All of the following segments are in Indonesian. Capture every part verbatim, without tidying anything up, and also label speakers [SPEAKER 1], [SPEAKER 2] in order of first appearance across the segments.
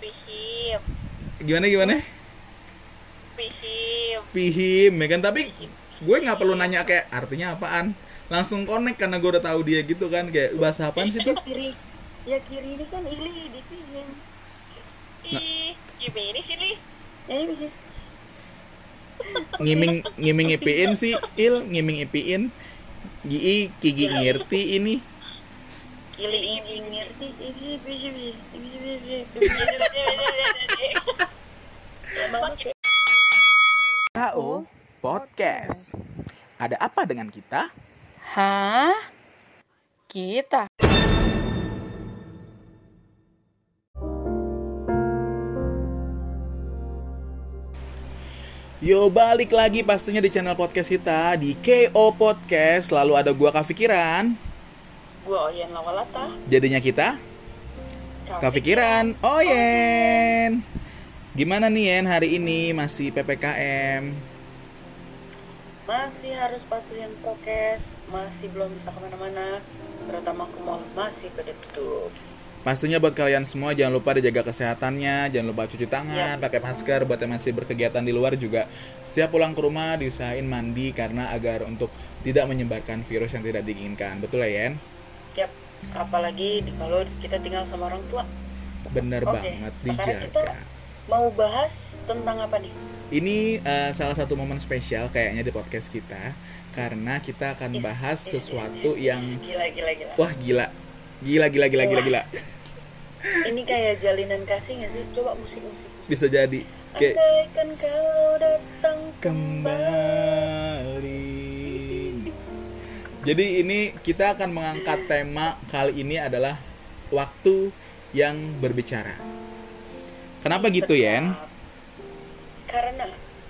[SPEAKER 1] Pihim.
[SPEAKER 2] Gimana gimana?
[SPEAKER 1] Pihim.
[SPEAKER 2] Pihim, ya kan? Tapi gue nggak perlu nanya kayak artinya apaan. Langsung connect karena gue udah tahu dia gitu kan. Kayak bahasa apaan sih tuh?
[SPEAKER 3] Kiri. Ya kiri ini kan ili di pihim.
[SPEAKER 1] Ih, gimana sih li?
[SPEAKER 3] Ya ini bisa.
[SPEAKER 2] Ngiming ngiming ipiin sih, il ngiming ipiin. Gi kigi ngerti ini.
[SPEAKER 3] Kili ini ngerti. Ini bisa bisa. Ini bisa bisa.
[SPEAKER 2] K O Podcast. Ada apa dengan kita?
[SPEAKER 3] Hah? Kita?
[SPEAKER 2] Yo, balik lagi pastinya di channel podcast kita di K O Podcast. Lalu ada gua Kafikiran.
[SPEAKER 3] Gua Oyen Lawalata.
[SPEAKER 2] Jadinya kita Kafikiran Oyen. Gimana nih Yen hari ini, masih P P K M?
[SPEAKER 3] Masih harus patuhin prokes, masih belum bisa kemana-mana, terutama ke mall masih pada tutup.
[SPEAKER 2] Pastinya buat kalian semua jangan lupa dijaga kesehatannya, jangan lupa cuci tangan,
[SPEAKER 3] Yap.
[SPEAKER 2] pakai masker. Buat yang masih berkegiatan di luar juga setiap pulang ke rumah diusahain mandi karena agar untuk tidak menyebarkan virus yang tidak diinginkan. Betul ya Yen?
[SPEAKER 3] Yap, apalagi di, kalau kita tinggal sama orang tua.
[SPEAKER 2] Bener
[SPEAKER 3] Oke,
[SPEAKER 2] banget,
[SPEAKER 3] sekarang
[SPEAKER 2] dijaga.
[SPEAKER 3] kita mau bahas tentang apa nih?
[SPEAKER 2] Ini uh, salah satu momen spesial kayaknya di podcast kita karena kita akan
[SPEAKER 3] Is,
[SPEAKER 2] bahas
[SPEAKER 3] is,
[SPEAKER 2] sesuatu
[SPEAKER 3] is, is,
[SPEAKER 2] yang
[SPEAKER 3] gila gila gila.
[SPEAKER 2] wah gila. Gila gila gila gila gila.
[SPEAKER 3] Ini kayak jalinan kasih nggak sih? Coba musik-musik.
[SPEAKER 2] Bisa jadi kayak
[SPEAKER 3] Andaikan kau datang
[SPEAKER 2] kembali. Jadi ini kita akan mengangkat tema kali ini adalah waktu yang berbicara. Kenapa gitu, Yen?
[SPEAKER 3] Karena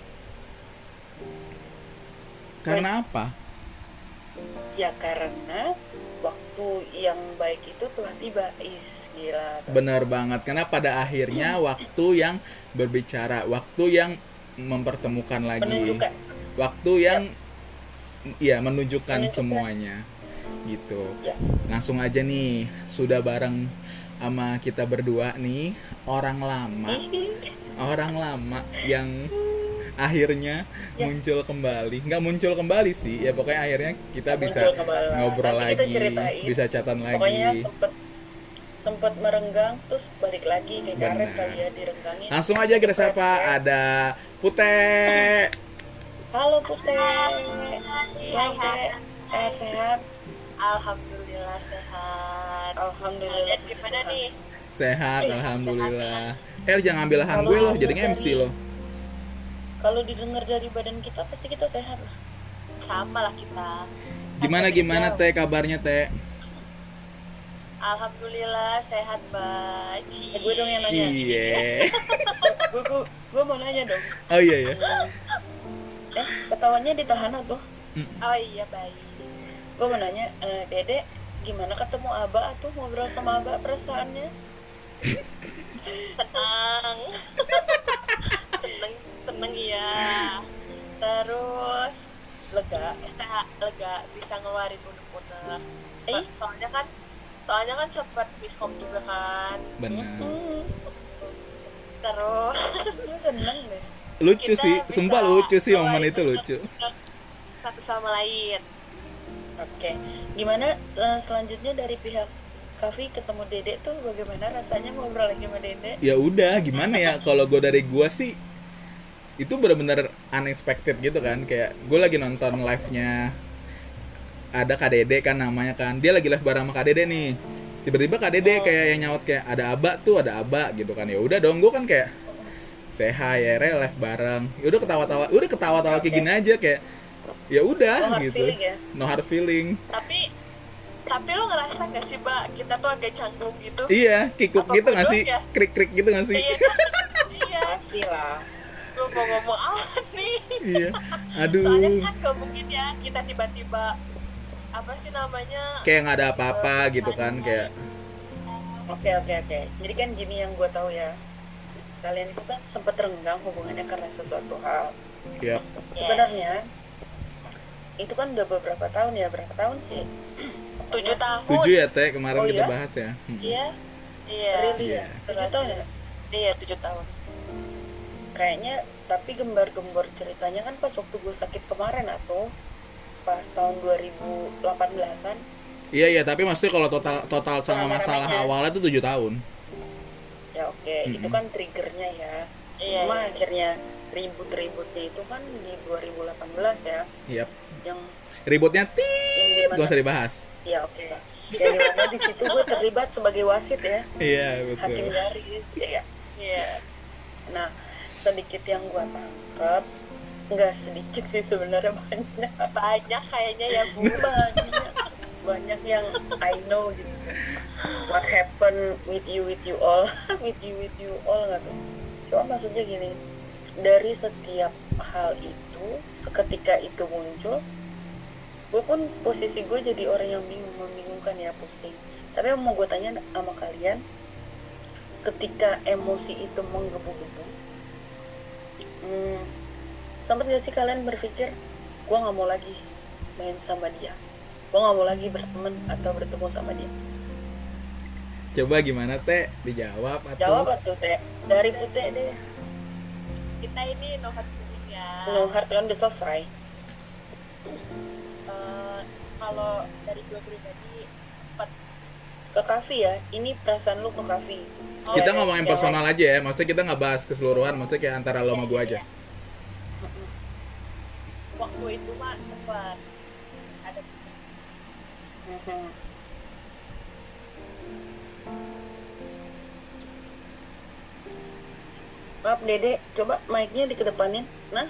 [SPEAKER 2] Karena apa?
[SPEAKER 3] ya karena waktu yang baik itu telah tiba. Is, gila.
[SPEAKER 2] Benar banget. Karena pada akhirnya waktu yang berbicara, waktu yang mempertemukan lagi,
[SPEAKER 3] Menunjukkan.
[SPEAKER 2] waktu yang ya menunjukkan,
[SPEAKER 3] Menunjukkan.
[SPEAKER 2] semuanya gitu.
[SPEAKER 3] Ya.
[SPEAKER 2] Langsung aja nih, sudah bareng sama kita berdua nih, orang lama, orang lama yang akhirnya
[SPEAKER 3] Ya.
[SPEAKER 2] muncul kembali. Nggak muncul kembali sih, ya pokoknya akhirnya kita
[SPEAKER 3] Muncul
[SPEAKER 2] bisa
[SPEAKER 3] kembali.
[SPEAKER 2] ngobrol
[SPEAKER 3] Nanti kita
[SPEAKER 2] lagi,
[SPEAKER 3] ceritain.
[SPEAKER 2] bisa catatan lagi.
[SPEAKER 3] Pokoknya sempet sempet merenggang terus balik lagi kayak karet
[SPEAKER 2] Benar.
[SPEAKER 3] kali ya direnggangin.
[SPEAKER 2] Langsung aja kita sapa, ada Pute.
[SPEAKER 3] Halo Pute. Hai Pute. Sehat-sehat.
[SPEAKER 1] Alhamdulillah sehat.
[SPEAKER 3] Alhamdulillah.
[SPEAKER 1] Kalian gimana nih?
[SPEAKER 2] Sehat,
[SPEAKER 3] Ih,
[SPEAKER 2] alhamdulillah. Eh, jangan ambil lahan
[SPEAKER 3] Kalau
[SPEAKER 2] gue loh,
[SPEAKER 3] ambil
[SPEAKER 2] jadinya M C
[SPEAKER 3] dari-
[SPEAKER 2] loh.
[SPEAKER 3] Kalau didengar dari badan kita pasti kita sehat lah.
[SPEAKER 1] Sama lah kita.
[SPEAKER 2] Gimana
[SPEAKER 3] Sampai
[SPEAKER 2] gimana
[SPEAKER 3] jauh.
[SPEAKER 2] Teh kabarnya Teh?
[SPEAKER 1] Alhamdulillah sehat banget.
[SPEAKER 3] Eh, gue dong yang nanya.
[SPEAKER 2] Cie.
[SPEAKER 3] gue, gue, gue mau nanya dong.
[SPEAKER 2] Oh iya ya.
[SPEAKER 3] Eh, ketawanya ditahan tuh.
[SPEAKER 1] Oh iya baik.
[SPEAKER 3] Gue mau nanya, eh, Dede gimana ketemu Aba tuh ngobrol sama Aba perasaannya?
[SPEAKER 1] Tenang. Tenang, tenang ya. Terus
[SPEAKER 3] Lega.
[SPEAKER 1] bisa lega, bisa ngeluarin unek-unek.
[SPEAKER 3] Eh?
[SPEAKER 1] So- soalnya kan, soalnya kan sempat miskom juga kan.
[SPEAKER 2] Benar.
[SPEAKER 3] Hmm,
[SPEAKER 1] Terus
[SPEAKER 3] gue seneng deh.
[SPEAKER 2] Lucu
[SPEAKER 1] Kita
[SPEAKER 2] sih,
[SPEAKER 1] bisa
[SPEAKER 2] sumpah lucu sih momen
[SPEAKER 1] ngeluarin
[SPEAKER 2] itu lucu.
[SPEAKER 1] unek-unek satu sama lain.
[SPEAKER 3] Oke, gimana eh, selanjutnya dari pihak Kavi ketemu Dede tuh bagaimana rasanya ngobrol lagi sama Dede?
[SPEAKER 2] Ya udah, gimana ya kalau gue dari gue sih itu benar-benar unexpected gitu kan. Kayak gue lagi nonton live-nya ada Kak Dede kan namanya kan. Dia lagi live bareng sama Kak Dede nih. Tiba-tiba Kak Dede
[SPEAKER 3] Oh.
[SPEAKER 2] kayak yang nyaut kayak ada Aba tuh, ada Aba gitu kan. Ya udah dong, gue kan kayak say hi ya, Re, live bareng. Ya udah ketawa-tawa, udah ketawa-tawa kayak
[SPEAKER 3] Oke.
[SPEAKER 2] gini aja kayak ya udah
[SPEAKER 3] No hard
[SPEAKER 2] gitu.
[SPEAKER 3] feeling ya?
[SPEAKER 2] No hard feeling.
[SPEAKER 1] Tapi tapi lo ngerasa gak sih, Mbak, kita tuh agak canggung gitu?
[SPEAKER 2] Iya, kikuk
[SPEAKER 1] Apa
[SPEAKER 2] gitu nggak sih?
[SPEAKER 1] bodohnya?
[SPEAKER 2] Krik-krik gitu nggak sih?
[SPEAKER 1] Iya. Iya.
[SPEAKER 3] Pasti lah.
[SPEAKER 1] Gue mau ngomong apa nih?
[SPEAKER 2] Iya.
[SPEAKER 1] Soalnya
[SPEAKER 2] Aduh.
[SPEAKER 1] kan gak mungkin ya kita tiba-tiba apa sih namanya?
[SPEAKER 2] Kayak nggak ada apa-apa
[SPEAKER 1] eh,
[SPEAKER 2] gitu kan, kayak
[SPEAKER 3] Oke oke oke. Jadi kan gini yang gue tahu ya. Kalian itu kan sempat renggang hubungannya karena sesuatu hal.
[SPEAKER 2] ya
[SPEAKER 3] Sebenarnya itu kan udah beberapa tahun ya, berapa tahun sih?
[SPEAKER 1] tujuh tahun.
[SPEAKER 2] tujuh ya Teh kemarin
[SPEAKER 3] Oh,
[SPEAKER 2] kita
[SPEAKER 3] iya?
[SPEAKER 2] bahas ya. Hmm.
[SPEAKER 1] Iya. Iya.
[SPEAKER 3] Really
[SPEAKER 2] Iya.
[SPEAKER 3] ya? Tujuh tahun ya?
[SPEAKER 1] Iya, tujuh tahun.
[SPEAKER 3] Kayaknya, tapi gembar-gembor ceritanya kan pas waktu gue sakit kemarin atau pas tahun dua ribu delapan belasan-an.
[SPEAKER 2] Iya iya, tapi maksudnya kalau total total sama masalah
[SPEAKER 3] Rame-ramenya.
[SPEAKER 2] awalnya tuh tujuh tahun.
[SPEAKER 3] Ya oke,
[SPEAKER 2] Mm-mm.
[SPEAKER 3] itu kan triggernya ya.
[SPEAKER 1] Iya,
[SPEAKER 3] Cuma
[SPEAKER 1] iya.
[SPEAKER 3] akhirnya ribut-ributnya itu kan di dua ribu delapan belas ya.
[SPEAKER 2] Yap.
[SPEAKER 3] Yang
[SPEAKER 2] Ributnya
[SPEAKER 3] yang
[SPEAKER 2] tit,
[SPEAKER 3] dimana?
[SPEAKER 2] gak usah dibahas.
[SPEAKER 3] Ya oke. Yang dimana di situ gue terlibat sebagai wasit ya,
[SPEAKER 2] Iya
[SPEAKER 3] hakim
[SPEAKER 2] betul.
[SPEAKER 3] garis. Ya.
[SPEAKER 1] Iya.
[SPEAKER 3] Nah, sedikit yang gue tangkep, nggak sedikit sih sebenarnya, banyak.
[SPEAKER 1] Banyak kayaknya ya, Bu.
[SPEAKER 3] banyak banyak yang I know gitu. What happened with you with you all, with you with you all nggak tuh? Cuma maksudnya gini, dari setiap hal itu, ketika itu muncul, gue pun posisi gue jadi orang yang bingung, membingungkan ya, pusing. Tapi yang mau gue tanya sama kalian, ketika emosi itu menggebu-gebu, hmm, sempat gak sih kalian berpikir, gue nggak mau lagi main sama dia, gue nggak mau lagi berteman atau bertemu sama dia?
[SPEAKER 2] Coba gimana teh dijawab atau?
[SPEAKER 3] Jawab atau teh dari putih deh.
[SPEAKER 1] Kita ini no hard feeling ya.
[SPEAKER 3] No heart kan udah selesai.
[SPEAKER 1] Eh, kalau dari gue pribadi, cepet.
[SPEAKER 3] Ke Kavi ya, ini perasaan lu ke Kavi.
[SPEAKER 1] Oh,
[SPEAKER 2] Kita
[SPEAKER 1] iya.
[SPEAKER 2] ngomongin
[SPEAKER 3] Yang
[SPEAKER 2] personal aja ya, maksudnya kita nggak bahas keseluruhan, maksudnya kayak antara lo sama gue aja.
[SPEAKER 1] Waktu itu mah cepet. Ada
[SPEAKER 3] Mhm. Maaf Dede, coba mic-nya dikedepanin. Nah,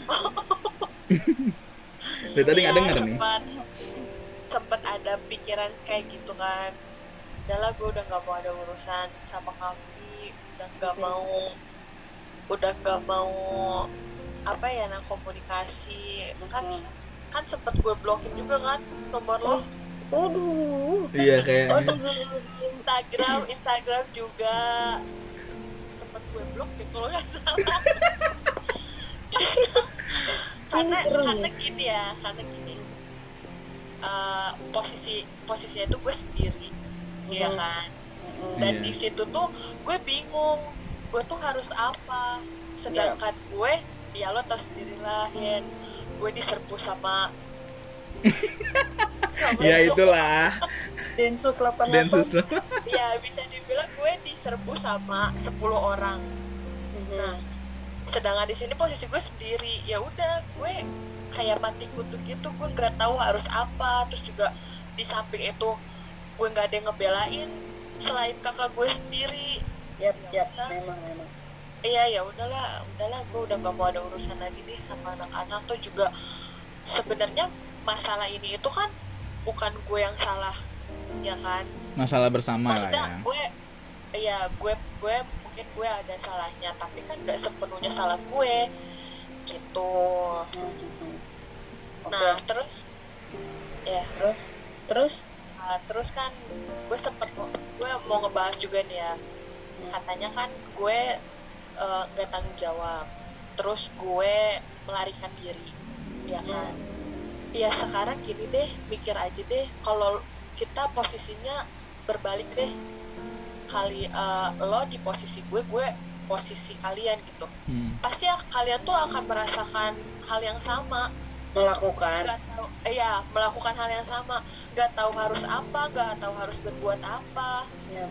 [SPEAKER 2] Dari tadi nggak
[SPEAKER 1] Iya,
[SPEAKER 2] denger nih.
[SPEAKER 1] sempet, sempet ada pikiran kayak gitu kan. Udahlah, gue udah nggak mau ada urusan sama Kavi, udah nggak
[SPEAKER 3] Hmm.
[SPEAKER 1] mau, udah nggak mau apa ya, nang komunikasi kan.
[SPEAKER 3] Hmm.
[SPEAKER 1] Kan sempet gue blokin juga kan nomor lo.
[SPEAKER 3] waduh.
[SPEAKER 2] Iya kayaknya.
[SPEAKER 3] Aduh.
[SPEAKER 1] Instagram, Instagram juga sempet gue blok deh kalau nggak salah. karena
[SPEAKER 3] Ini seru
[SPEAKER 1] karena
[SPEAKER 3] nih.
[SPEAKER 1] gini ya, karena gini. Eh, posisi posisinya tuh gue sendiri, iya
[SPEAKER 3] Mhm.
[SPEAKER 1] kan.
[SPEAKER 3] Mhm.
[SPEAKER 1] Dan
[SPEAKER 2] Iya.
[SPEAKER 1] di situ tuh gue bingung, gue tuh harus apa. Sedangkan gue, ya lo tau sendiri lah, Hen, gue diserbu sama sama
[SPEAKER 2] Ya
[SPEAKER 1] itu.
[SPEAKER 2] itulah.
[SPEAKER 3] Densus delapan puluh delapan.
[SPEAKER 2] Densus lo.
[SPEAKER 1] Ya bisa dibilang gue diserbu sama sepuluh orang.
[SPEAKER 3] Mhm.
[SPEAKER 1] Nah, sedangkan di sini posisi gue sendiri, ya udah gue kayak mati kutu gitu, gue nggak tahu harus apa. Terus juga di samping itu gue nggak ada yang ngebelain selain kakak gue sendiri.
[SPEAKER 3] Yap, yap,
[SPEAKER 1] Nah.
[SPEAKER 3] memang, memang.
[SPEAKER 1] Iya ya udahlah, udahlah gue udah gak mau ada urusan lagi nih sama anak-anak. Tuh juga sebenarnya masalah ini itu kan bukan gue yang salah, ya kan.
[SPEAKER 2] Masalah bersama lah
[SPEAKER 1] Maksudnya
[SPEAKER 2] ya.
[SPEAKER 1] gue, ya gue gue mungkin gue ada salahnya, tapi kan nggak sepenuhnya salah gue gitu.
[SPEAKER 3] Mhm. Oke,
[SPEAKER 1] Nah terus ya
[SPEAKER 3] terus, terus,
[SPEAKER 1] nah, terus kan gue sempet mau- gue mau ngebahas juga nih ya, katanya kan gue eh, nggak tanggung jawab, terus gue melarikan diri, ya kan. Ya sekarang gini deh, mikir aja deh, kalau kita posisinya berbalik deh, kali eh, lo di posisi gue, gue posisi kalian gitu,
[SPEAKER 2] Hmm.
[SPEAKER 1] pasti ya kalian tuh akan merasakan hal yang sama,
[SPEAKER 3] melakukan.
[SPEAKER 1] nggak tahu, eh, ya melakukan hal yang sama, nggak tahu harus apa, nggak tahu harus berbuat apa.
[SPEAKER 3] Ya,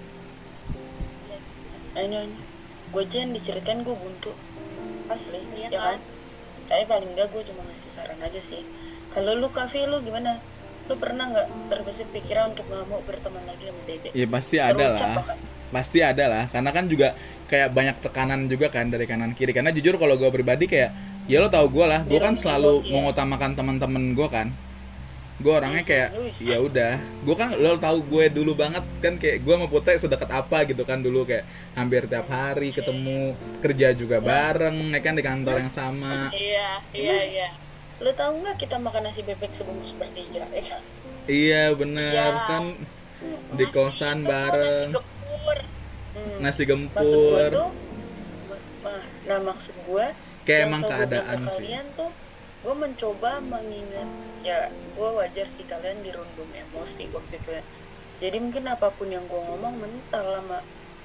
[SPEAKER 1] Ya, gitu sih.
[SPEAKER 3] nah, ini, ini. Gue aja yang diceritain gue buntu. Asli,
[SPEAKER 1] Iya
[SPEAKER 3] ya kan?
[SPEAKER 1] kan?
[SPEAKER 3] Tapi paling enggak gue cuma ngasih saran aja sih. Kalau lu Kavi, lu gimana? Lu pernah nggak terbesit pikiran untuk nggak mau berteman lagi sama Dede?
[SPEAKER 2] Ya pasti ada
[SPEAKER 3] Terucap
[SPEAKER 2] lah.
[SPEAKER 3] bahkan.
[SPEAKER 2] Pasti ada lah, karena kan juga kayak banyak tekanan juga kan dari kanan kiri. Karena jujur kalau gue pribadi kayak, ya lo tau gue lah, gue kan
[SPEAKER 3] Biar
[SPEAKER 2] selalu
[SPEAKER 3] emosi ya.
[SPEAKER 2] mengutamakan teman-teman gue kan. Gue orangnya kayak,
[SPEAKER 3] Wih.
[SPEAKER 2] ya udah, gue kan lo tau gue dulu banget kan, kayak gue sama Putih sedekat apa gitu kan dulu, kayak hampir tiap hari ketemu, kerja juga bareng, ya kan di kantor yang sama.
[SPEAKER 1] Iya, iya, iya.
[SPEAKER 3] Lu tahu nggak kita makan nasi bebek sebungkus bertiga? Ya kan?
[SPEAKER 2] Iya bener
[SPEAKER 1] Ya.
[SPEAKER 2] kan, di kosan
[SPEAKER 1] Itu tuh
[SPEAKER 2] bareng,
[SPEAKER 1] nasi gempur.
[SPEAKER 3] Hmm.
[SPEAKER 2] nasi
[SPEAKER 3] Maksud gue
[SPEAKER 2] gempur.
[SPEAKER 3] tuh, nah, nah maksud gue
[SPEAKER 2] Kayak
[SPEAKER 3] yang
[SPEAKER 2] emang
[SPEAKER 3] selalu gue bilang
[SPEAKER 2] keadaan
[SPEAKER 3] ke
[SPEAKER 2] sih.
[SPEAKER 3] kalian tuh, gue mencoba mengingat, ya gue wajar sih kalian dirundung emosi waktu itu ya. Jadi mungkin apapun yang gue ngomong mental sama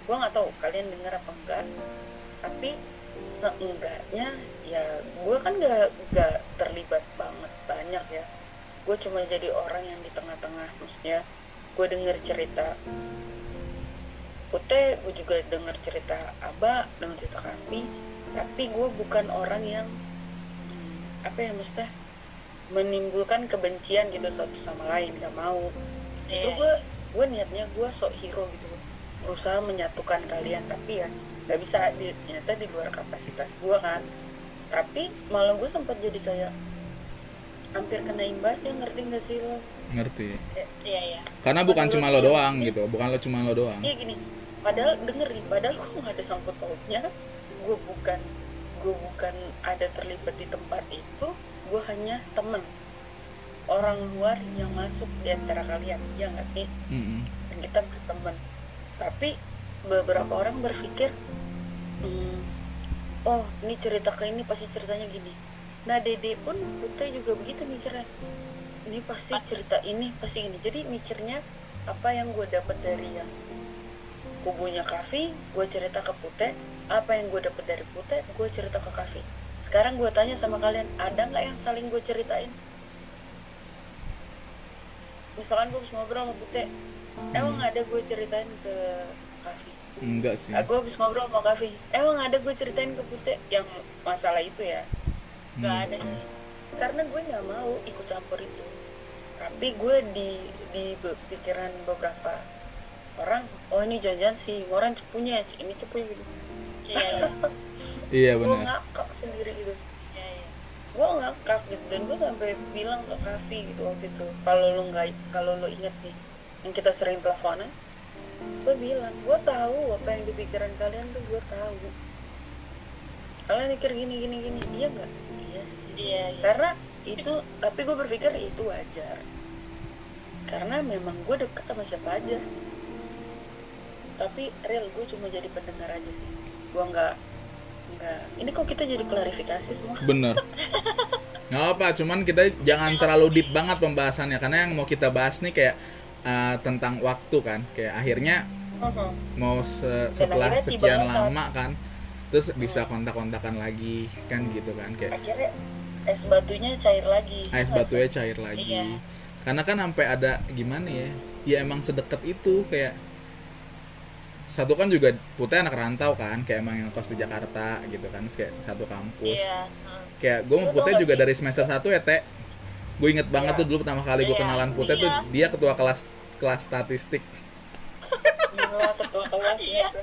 [SPEAKER 3] gue nggak tahu kalian dengar apa enggak, tapi seenggaknya ya gue kan nggak nggak terlibat banget banyak ya, gue cuma jadi orang yang di tengah-tengah. Maksudnya gue denger cerita Pute, gue juga denger cerita Aba, denger cerita Kavi, tapi gue bukan orang yang hmm, apa ya maksudnya menimbulkan kebencian gitu satu sama lain, nggak mau. Itu gue gue niatnya gue sok hero gitu, berusaha menyatukan kalian, tapi ya nggak bisa, di, ternyata di luar kapasitas gue kan. Tapi malah gue sempat jadi kayak hampir kena imbasnya, ngerti nggak sih lo?
[SPEAKER 2] Ngerti.
[SPEAKER 1] Iya iya.
[SPEAKER 2] Karena bukan cuma lo doang gitu, bukan lo cuma lo doang.
[SPEAKER 3] Iya gini, padahal denger nih, padahal gue nggak ada sangkut pautnya, gue bukan gue bukan ada terlibat di tempat itu, gue hanya temen orang luar yang masuk di antara kalian, ya nggak sih?
[SPEAKER 2] Mm-mm.
[SPEAKER 3] Dan kita berteman. Tapi beberapa orang berpikir, hmm, oh ini cerita ke ini pasti ceritanya gini. Nah Dede pun Putih juga begitu mikirnya, ini pasti cerita ini pasti ini. Jadi mikirnya apa yang gue dapat dari yang kubunya Kavi, gue cerita ke Putih. Apa yang gue dapat dari Putih, gue cerita ke Kavi. Sekarang gue tanya sama kalian, ada nggak yang saling gue ceritain? Misalkan gue habis ngobrol sama Putih, emang ada gue ceritain ke Kavi?
[SPEAKER 2] Enggak sih.
[SPEAKER 3] Aku habis ngobrol sama Kavi, emang ada gue ceritain ke Putih yang masalah itu ya? Nggak
[SPEAKER 2] Hmm.
[SPEAKER 3] ada sih. Karena gue nggak mau ikut campur itu. Tapi gue di di be- pikiran beberapa orang, oh ini jangan-jangan si orang punya, si ini tuh punya gitu.
[SPEAKER 1] Iya
[SPEAKER 2] Iya
[SPEAKER 3] Gue
[SPEAKER 2] benar.
[SPEAKER 3] ngakak sendiri gitu.
[SPEAKER 1] iya iya.
[SPEAKER 3] Gue ngakak gitu, dan gue sampai bilang ke Kavi gitu waktu itu, kalau lo nggak, kalau lo inget nih yang kita sering teleponan, gue bilang gue tahu apa yang di pikiran kalian tuh, gue tahu kalian mikir gini gini gini. Iya nggak? Iya sih.
[SPEAKER 1] Iya iya.
[SPEAKER 3] Karena itu, tapi gue berpikir itu wajar karena memang gue deket sama siapa aja. Tapi real gue cuma jadi pendengar aja sih, gue nggak nggak ini kok kita jadi klarifikasi semua.
[SPEAKER 2] Bener. Nggak apa, cuman kita jangan terlalu deep banget pembahasannya, karena yang mau kita bahas nih kayak uh, tentang waktu kan, kayak akhirnya
[SPEAKER 3] Mhm.
[SPEAKER 2] mau se- setelah
[SPEAKER 3] akhirnya tiba
[SPEAKER 2] sekian
[SPEAKER 3] saat-
[SPEAKER 2] lama kan, terus bisa kontak-kontakan lagi kan gitu kan, kayak
[SPEAKER 3] Akhirnya es batunya cair lagi.
[SPEAKER 2] es batunya cair lagi.
[SPEAKER 1] Iya.
[SPEAKER 2] Karena kan sampai ada gimana ya, ya emang sedekat itu. Kayak satu kan juga Putih anak rantau kan, kayak emang yang kos di Jakarta gitu kan, kayak satu kampus.
[SPEAKER 1] Iya. Hmm.
[SPEAKER 2] Kayak gue sama
[SPEAKER 3] Lu tau
[SPEAKER 2] Putih
[SPEAKER 3] gak
[SPEAKER 2] juga
[SPEAKER 3] sih?
[SPEAKER 2] dari semester satu ya Teh. Gue inget banget
[SPEAKER 3] Iya.
[SPEAKER 2] tuh dulu pertama kali gue
[SPEAKER 1] Iya,
[SPEAKER 2] kenalan Putih
[SPEAKER 1] iya.
[SPEAKER 2] tuh dia ketua kelas kelas statistik.
[SPEAKER 3] Gila, ketua kelas
[SPEAKER 1] Iya.
[SPEAKER 3] gitu.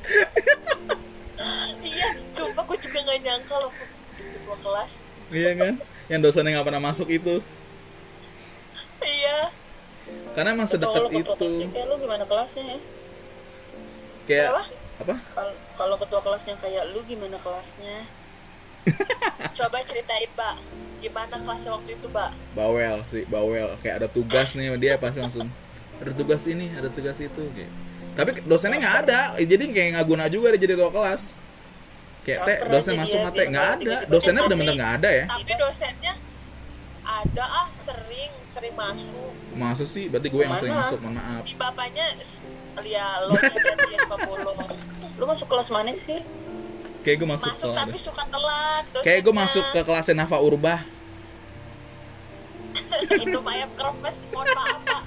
[SPEAKER 1] Iya, sumpah gue juga gak nyangka loh ketua kelas.
[SPEAKER 2] Iya kan? Yang dosennya nggak pernah masuk itu.
[SPEAKER 1] Iya.
[SPEAKER 2] Karena emang
[SPEAKER 3] Ketua
[SPEAKER 2] sedekat
[SPEAKER 3] lu, ketua
[SPEAKER 2] itu.
[SPEAKER 3] kelasnya kayak lu gimana kelasnya ya?
[SPEAKER 2] Kayak
[SPEAKER 1] Apa?
[SPEAKER 2] apa?
[SPEAKER 3] Kalau kalau ketua kelasnya kayak lu gimana kelasnya?
[SPEAKER 1] Coba ceritain, Pak. Gimana kelasnya waktu itu, Pak?
[SPEAKER 2] Bawel sih, bawel. Kayak ada tugas nih dia pasti langsung ada tugas ini, ada tugas itu kayak. Tapi dosennya nggak ada, jadi kayak nggak guna juga dia jadi ketua kelas. Kayak Teh,
[SPEAKER 3] Baper
[SPEAKER 2] dosen
[SPEAKER 3] aja
[SPEAKER 2] masuk
[SPEAKER 3] dia,
[SPEAKER 2] nggak Teh,
[SPEAKER 3] biar
[SPEAKER 2] nggak
[SPEAKER 3] kalau
[SPEAKER 2] ada.
[SPEAKER 3] tiba-tiba
[SPEAKER 2] Dosennya
[SPEAKER 1] tapi-
[SPEAKER 2] bener-bener nggak ada ya.
[SPEAKER 1] Tapi dosennya ada ah, sering, sering masuk.
[SPEAKER 2] Maksud sih, berarti gue yang sering
[SPEAKER 3] Mana?
[SPEAKER 2] masuk, mohon maaf.
[SPEAKER 1] Di bapaknya ya lo berarti ya lima puluh.
[SPEAKER 3] Lu masuk kelas mana sih?
[SPEAKER 2] Kayak gue masuk
[SPEAKER 1] Masuk
[SPEAKER 2] kelas.
[SPEAKER 1] tapi suka telat.
[SPEAKER 2] Kayak gue
[SPEAKER 1] dosennya.
[SPEAKER 2] masuk ke kelasnya Nafa Urbah.
[SPEAKER 1] itu ayam kerempes, mohon maaf, Pak.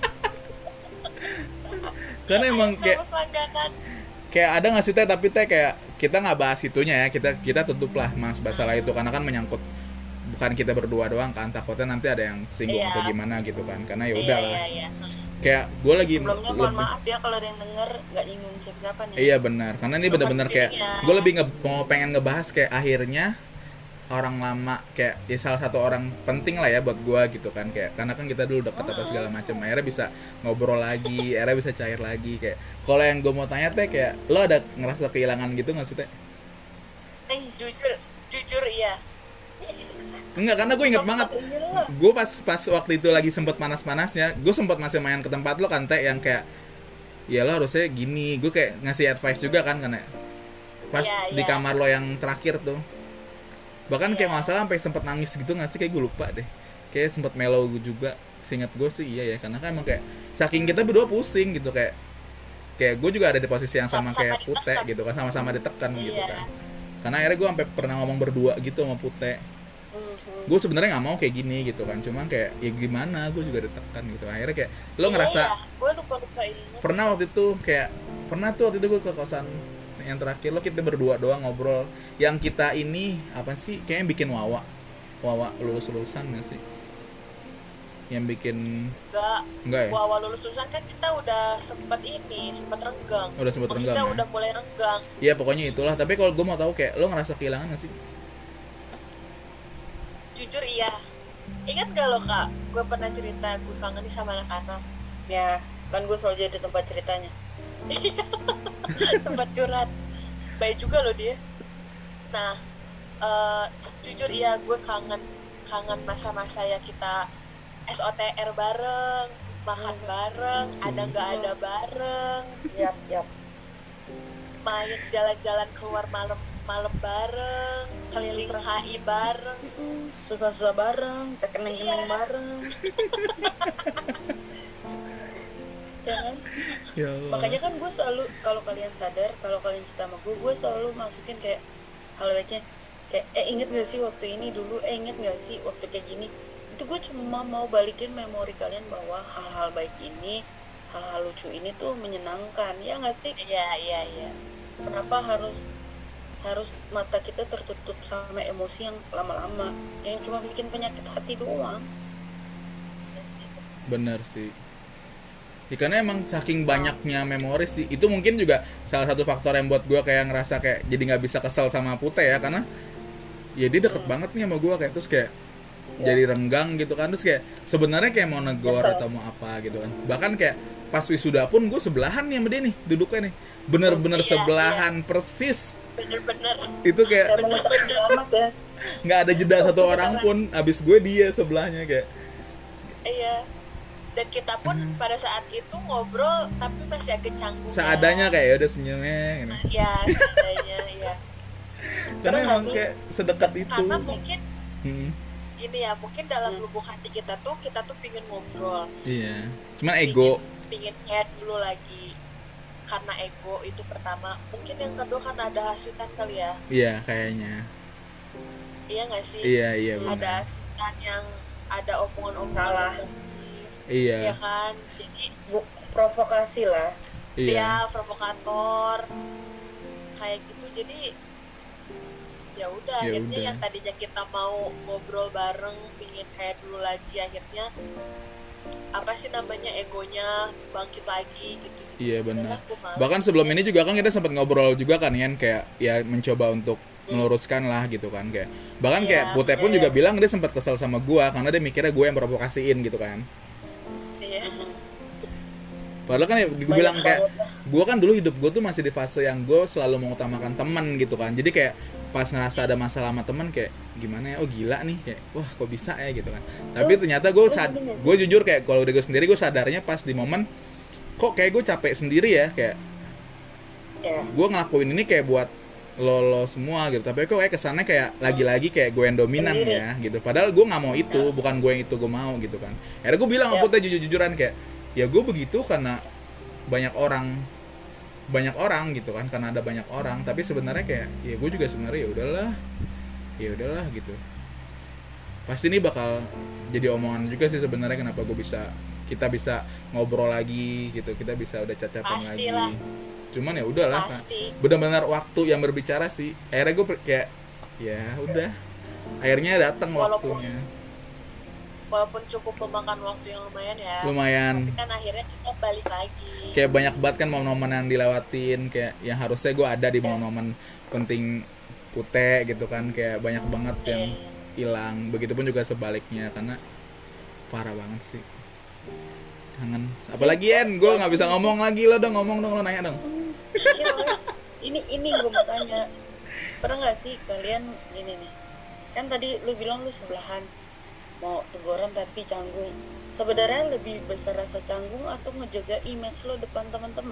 [SPEAKER 2] Karena emang
[SPEAKER 1] Ayam
[SPEAKER 2] kayak
[SPEAKER 1] kerempes langganan.
[SPEAKER 2] kayak ada nggak sih Teh, tapi Teh kayak kita nggak bahas itunya ya, kita kita tutup lah mas masalah itu, karena kan menyangkut bukan kita berdua doang kan, takutnya nanti ada yang singgung
[SPEAKER 1] Iya.
[SPEAKER 2] atau gimana gitu kan, karena ya
[SPEAKER 1] Iya,
[SPEAKER 2] udah lah.
[SPEAKER 1] iya, iya.
[SPEAKER 2] Kayak gue lagi
[SPEAKER 3] Sebelumnya mohon
[SPEAKER 2] lebih-
[SPEAKER 3] maaf ya kalau ada yang denger nggak nyinggung siapa-siapa nih.
[SPEAKER 2] Iya benar, karena ini
[SPEAKER 1] Bukan
[SPEAKER 2] bener-bener kayak
[SPEAKER 1] feelingnya.
[SPEAKER 2] gue lebih nge- mau pengen ngebahas kayak akhirnya orang lama, kayak ya salah satu orang penting lah ya buat gue gitu kan, kayak karena kan kita dulu deket apa segala macam, akhirnya bisa ngobrol lagi, akhirnya bisa cair lagi. Kayak kalau yang gue mau tanya Teh, kayak lo ada ngerasa kehilangan gitu nggak sih Teh?
[SPEAKER 1] Eh, jujur, jujur iya.
[SPEAKER 2] Enggak, karena gue inget banget,
[SPEAKER 3] Iyalah.
[SPEAKER 2] gue pas pas waktu itu lagi sempet panas-panasnya, gue sempet masih main ke tempat lo kan Teh, yang kayak ya lo harusnya gini, gue kayak ngasih advice juga kan, karena pas
[SPEAKER 1] Iya,
[SPEAKER 2] di
[SPEAKER 1] iya.
[SPEAKER 2] kamar lo yang terakhir tuh, bahkan kayak
[SPEAKER 1] Iya.
[SPEAKER 2] masalah sampai sempet nangis gitu nggak sih, kayak gue lupa deh, kayak sempet mellow juga, seingat gue sih iya ya, karena kan emang kayak saking kita berdua pusing gitu, kayak kayak gue juga ada di posisi yang sama,
[SPEAKER 1] Sama-sama
[SPEAKER 2] kayak Pute
[SPEAKER 1] ditekan.
[SPEAKER 2] gitu kan, sama-sama ditekan
[SPEAKER 1] Iya.
[SPEAKER 2] gitu kan. Karena akhirnya gue sampai pernah ngomong berdua gitu sama Pute,
[SPEAKER 3] Mhm.
[SPEAKER 2] gue sebenarnya nggak mau kayak gini gitu kan, cuma kayak ya gimana, gue juga ditekan gitu. Akhirnya kayak lo ngerasa
[SPEAKER 1] Iya, gue lupa lupa ini.
[SPEAKER 2] pernah waktu itu kayak pernah tuh waktu itu gue ke kosan yang terakhir lo, kita berdua doang ngobrol, yang kita ini apa sih kayaknya bikin wawa wawa lulus lulusan nggak sih yang bikin
[SPEAKER 1] Enggak,
[SPEAKER 2] enggak ya?
[SPEAKER 1] awal lulus lulusan kan kita udah sempat ini, sempat renggang.
[SPEAKER 2] Udah sempet
[SPEAKER 1] Maksudnya
[SPEAKER 2] renggang ya?
[SPEAKER 1] udah mulai renggang.
[SPEAKER 2] Iya pokoknya itulah. Tapi kalau gue mau tahu kayak lo ngerasa kehilangan nggak sih?
[SPEAKER 1] Jujur iya. Ingat gak lo kak, gue pernah cerita gue kangen nih sama anak-anak.
[SPEAKER 3] Ya, kan gue selalu jadi tempat ceritanya.
[SPEAKER 1] Tempat curhat. Baik juga lo dia. Nah, eh, jujur iya gue kangen kangen masa-masa ya kita S O T R bareng, makan bareng, ada nggak ada bareng,
[SPEAKER 3] Yap, yap.
[SPEAKER 1] main jalan-jalan keluar malam malam bareng, keliling H I bareng.
[SPEAKER 3] Susah-susah bareng, tekeneng-keneng
[SPEAKER 1] Iya.
[SPEAKER 3] bareng. Ya kan?
[SPEAKER 2] Ya Allah.
[SPEAKER 3] Makanya kan gue selalu, kalau kalian sadar, kalau kalian cerita sama gue, gue selalu masukin kayak hal baiknya, kayak eh inget gak sih waktu ini dulu, eh inget gak sih waktu kayak gini. Itu gue cuma mau balikin memori kalian bahwa hal-hal baik ini, hal-hal lucu ini tuh menyenangkan, ya gak sih?
[SPEAKER 1] Iya iya iya.
[SPEAKER 3] Kenapa harus harus mata kita tertutup sama emosi yang lama-lama, yang cuma bikin penyakit hati doang.
[SPEAKER 2] Bener sih. Ya, karena emang saking banyaknya memori sih, itu mungkin juga salah satu faktor yang buat gue kayak ngerasa kayak jadi nggak bisa kesel sama Pute ya, karena ya dia deket banget nih sama gue, kayak terus kayak jadi renggang gitu kan, terus kayak sebenarnya kayak mau negor
[SPEAKER 3] Nyesel.
[SPEAKER 2] atau mau apa gitu kan, bahkan kayak pas wisuda pun gue sebelahan nih sama dia nih duduknya nih, bener-bener
[SPEAKER 1] Iya,
[SPEAKER 2] sebelahan persis,
[SPEAKER 1] Bener-bener.
[SPEAKER 2] itu kayak
[SPEAKER 3] Kayak menetap amat ya.
[SPEAKER 2] nggak ada jeda satu orang pun, abis gue dia sebelahnya kayak
[SPEAKER 1] Iya. Dan kita pun pada saat itu ngobrol tapi masih agak canggung.
[SPEAKER 2] seadanya kayak ya udah senyumnya gitu.
[SPEAKER 1] Ya, seadanya ya.
[SPEAKER 2] Karena
[SPEAKER 3] Terus
[SPEAKER 2] emang
[SPEAKER 3] tapi-
[SPEAKER 2] kayak sedekat itu.
[SPEAKER 1] Karena mungkin
[SPEAKER 2] Hmm,
[SPEAKER 1] gini ya, mungkin dalam
[SPEAKER 3] Hmm.
[SPEAKER 1] lubuk hati kita tuh kita tuh pingin ngobrol,
[SPEAKER 2] iya, cuman ego.
[SPEAKER 1] pingin chat dulu lagi. Karena ego itu pertama. Mungkin yang kedua kan ada hasutan kali ya.
[SPEAKER 2] Iya kayaknya.
[SPEAKER 1] Iya nggak sih?
[SPEAKER 2] Iya iya
[SPEAKER 1] Ada
[SPEAKER 2] benar.
[SPEAKER 1] hasutan yang ada omongan-omongan
[SPEAKER 3] Salah.
[SPEAKER 1] negatif,
[SPEAKER 2] Iya
[SPEAKER 1] ya kan? Jadi
[SPEAKER 3] Bu, provokasi lah.
[SPEAKER 2] iya.
[SPEAKER 1] dia provokator kayak gitu, jadi ya udah
[SPEAKER 2] Ya
[SPEAKER 1] akhirnya
[SPEAKER 2] udah.
[SPEAKER 1] yang tadinya kita mau ngobrol bareng pingin kayak dulu lagi, akhirnya apa sih namanya egonya bangkit lagi gitu.
[SPEAKER 2] Iya benar.
[SPEAKER 1] Aku malas.
[SPEAKER 2] Bahkan sebelum ini juga kan kita sempat ngobrol juga kan Yan, kayak ya mencoba untuk meluruskan lah gitu kan, kayak bahkan
[SPEAKER 1] Iya,
[SPEAKER 2] kayak Pute pun
[SPEAKER 3] iya.
[SPEAKER 2] juga bilang dia sempat kesel sama gua karena dia mikirnya gue yang provokasiin gitu kan.
[SPEAKER 1] Iya.
[SPEAKER 2] Padahal kan ya gue
[SPEAKER 3] Banyak
[SPEAKER 2] bilang kayak
[SPEAKER 3] banget lah.
[SPEAKER 2] gue kan dulu hidup gue tuh masih di fase yang gue selalu mengutamakan teman gitu kan, jadi kayak pas ngerasa ada masalah sama teman kayak gimana ya, oh gila nih kayak wah kok bisa ya gitu kan. Tapi ternyata gue sad gue jujur kayak kalau udah gue sendiri gue sadarnya pas di momen kok kayak gue capek sendiri ya, kayak
[SPEAKER 3] Ya.
[SPEAKER 2] gue ngelakuin ini kayak buat lo lo semua gitu, tapi kok kayak kesannya kayak lagi-lagi kayak gue yang dominan
[SPEAKER 3] Sendiri.
[SPEAKER 2] ya gitu, padahal gue nggak mau itu, bukan gue yang itu gue mau gitu kan. Akhirnya gue bilang sama
[SPEAKER 3] Ya.
[SPEAKER 2] Putih jujur-jujuran kayak ya gue begitu karena banyak orang banyak orang gitu kan, karena ada banyak orang, tapi sebenarnya kayak ya gue juga sebenarnya ya udahlah ya udahlah gitu. Pasti ini bakal jadi omongan juga sih sebenarnya kenapa gue bisa kita bisa ngobrol lagi gitu, kita bisa udah cacatan lagi.
[SPEAKER 1] Pastilah.
[SPEAKER 2] Cuman ya udahlah, Kak.
[SPEAKER 1] Pasti.
[SPEAKER 2] Benar-benar waktu yang berbicara sih. Akhirnya gue kayak ya udah. Akhirnya datang
[SPEAKER 1] Walaupun-
[SPEAKER 2] waktunya.
[SPEAKER 1] Walaupun cukup memakan waktu yang lumayan ya.
[SPEAKER 2] Lumayan.
[SPEAKER 1] Tapi kan akhirnya kita balik lagi.
[SPEAKER 2] Kayak banyak banget kan momen-momen yang dilewatin, kayak yang harusnya gue ada di momen-momen penting Pute gitu kan, kayak banyak banget yang
[SPEAKER 1] Iya.
[SPEAKER 2] hilang. Begitupun juga sebaliknya, karena parah banget sih. Kangen. Apalagi En, gue nggak bisa ngomong lagi, lo dong ngomong dong, lo nanya dong.
[SPEAKER 3] Iya, Mas. ini ini gue mau tanya, pernah nggak sih kalian gini nih, kan tadi lu bilang lu sebelahan mau teguran tapi canggung, sebenarnya lebih besar rasa canggung atau ngejaga image lo depan teman-teman?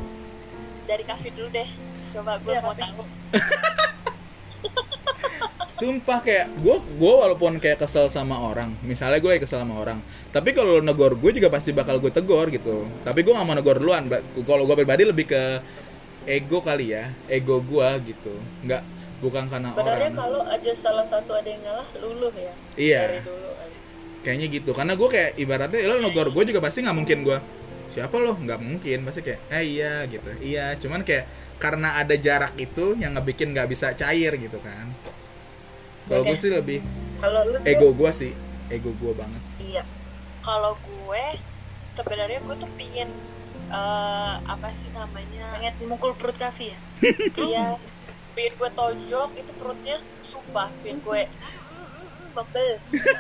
[SPEAKER 1] Dari Kavi dulu deh. Coba gue
[SPEAKER 3] Iya,
[SPEAKER 1] mau
[SPEAKER 3] Kavi.
[SPEAKER 1] tahu.
[SPEAKER 2] Sumpah kayak gue gue walaupun kayak kesel sama orang, misalnya gue lagi kesel sama orang, tapi kalau lo negor gue juga pasti bakal gue tegor gitu. Tapi gue nggak mau negor duluan. Kalau gue pribadi lebih ke ego kali ya, ego gue gitu. Nggak, bukan karena
[SPEAKER 3] Sebenarnya
[SPEAKER 2] orang.
[SPEAKER 3] kalau aja salah satu ada yang ngalah, luluh ya.
[SPEAKER 2] Iya.
[SPEAKER 3] Dari dulu kali.
[SPEAKER 2] Kayaknya gitu. Karena gue kayak ibaratnya lo negor gue juga pasti nggak mungkin gue siapa lo, nggak mungkin, pasti kayak eh iya gitu. Iya, cuman kayak karena ada jarak itu yang ngebikin nggak bisa cair gitu kan. Kalau
[SPEAKER 3] Oke.
[SPEAKER 2] gue sih lebih
[SPEAKER 3] Kalau lu tuh-
[SPEAKER 2] ego gue sih, ego gue banget.
[SPEAKER 3] Iya.
[SPEAKER 1] Kalau gue sebenarnya gue tuh pingin eh, apa sih namanya?
[SPEAKER 3] Pengen mukul perut Kavi ya?
[SPEAKER 1] Iya. Pingin gue tonjok itu perutnya, sumpah. Pingin gue bebel.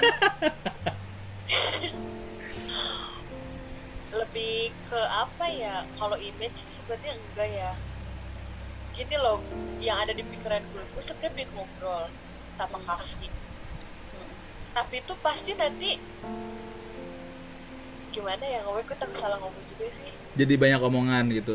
[SPEAKER 1] Lebih ke apa ya? Kalau image sih sebenarnya enggak ya. Gini loh, yang ada di pikiran gue, gue sebenarnya pengen ngobrol sama Kavi. Tapi itu pasti nanti gimana ya, gue gue tak salah ngomong juga sih.
[SPEAKER 2] Jadi banyak omongan gitu.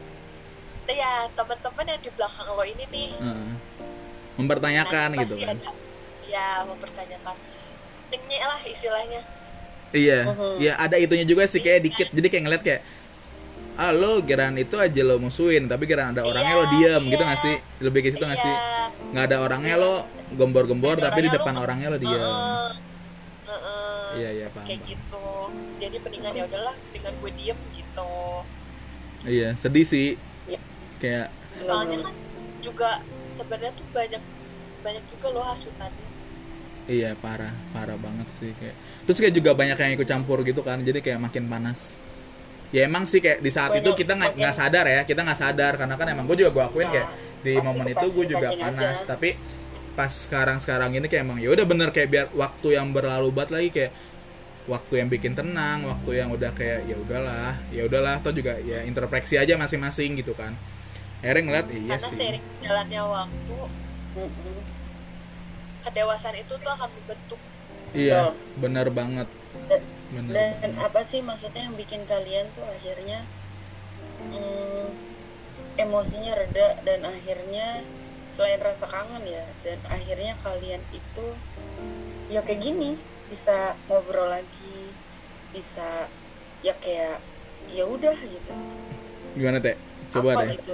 [SPEAKER 1] Ya teman-teman yang di belakang lo ini nih,
[SPEAKER 2] Heeh. Mempertanyakan
[SPEAKER 1] nanti
[SPEAKER 2] gitu
[SPEAKER 1] pasti
[SPEAKER 2] kan.
[SPEAKER 1] ada, ya mempertanyakan, tingnya lah istilahnya.
[SPEAKER 2] Iya,
[SPEAKER 3] Mhm.
[SPEAKER 2] iya ada itunya juga sih kayak dikit. Jadi kayak ngeliat kayak ah lo geran itu aja lo musuhin, tapi geran ada orangnya
[SPEAKER 1] Iya,
[SPEAKER 2] lo diam
[SPEAKER 1] iya.
[SPEAKER 2] gitu nggak sih? Lebih ke situ nggak sih?
[SPEAKER 1] Iya.
[SPEAKER 2] Nggak ada orangnya lo gembor-gembor,
[SPEAKER 1] Ada
[SPEAKER 2] tapi di
[SPEAKER 1] orangnya
[SPEAKER 2] depan
[SPEAKER 1] lo-
[SPEAKER 2] orangnya lo diam.
[SPEAKER 1] Heeh. Heeh.
[SPEAKER 2] Iya iya paham.
[SPEAKER 1] Kayak
[SPEAKER 2] paham.
[SPEAKER 1] gitu. Jadi mendingan ya udahlah, mendingan gue diem gitu.
[SPEAKER 2] Iya sedih sih.
[SPEAKER 3] Iya.
[SPEAKER 2] Kayak
[SPEAKER 1] Soalnya kan juga sebenarnya tuh banyak banyak juga loh hasutannya.
[SPEAKER 2] iya parah parah banget sih kayak. Terus kayak juga banyak yang ikut campur gitu kan, jadi kayak makin panas. Ya emang sih kayak di saat
[SPEAKER 3] Banyak-
[SPEAKER 2] itu kita nggak nggak
[SPEAKER 3] banyak-
[SPEAKER 2] sadar ya, kita nggak sadar karena kan emang gue juga gue akuin
[SPEAKER 3] Ya,
[SPEAKER 2] kayak di
[SPEAKER 3] pasti
[SPEAKER 2] momen itu
[SPEAKER 3] kepancing-
[SPEAKER 2] gue juga
[SPEAKER 3] kepancing
[SPEAKER 2] panas,
[SPEAKER 3] aja.
[SPEAKER 2] tapi pas sekarang sekarang ini kayak emang ya udah bener kayak biar waktu yang berlalu banget lagi kayak waktu yang bikin tenang, waktu yang udah kayak ya udahlah, ya udahlah, atau juga ya introspeksi aja masing-masing gitu kan. Akhirnya ngeliat iya
[SPEAKER 1] Karena
[SPEAKER 2] sih.
[SPEAKER 1] seiring jalannya waktu,
[SPEAKER 3] Mhm.
[SPEAKER 1] kedewasaan itu tuh akan membentuk.
[SPEAKER 2] Iya,
[SPEAKER 3] Betul.
[SPEAKER 2] bener banget.
[SPEAKER 3] Dan,
[SPEAKER 2] Bener.
[SPEAKER 3] dan
[SPEAKER 2] banget.
[SPEAKER 3] apa sih maksudnya yang bikin kalian tuh akhirnya hmm, emosinya reda dan akhirnya selain rasa kangen ya, dan akhirnya kalian itu ya kayak gini bisa ngobrol lagi, bisa ya kayak ya udah gitu.
[SPEAKER 2] Gimana teh? Coba
[SPEAKER 3] Apa
[SPEAKER 2] deh.
[SPEAKER 3] gitu?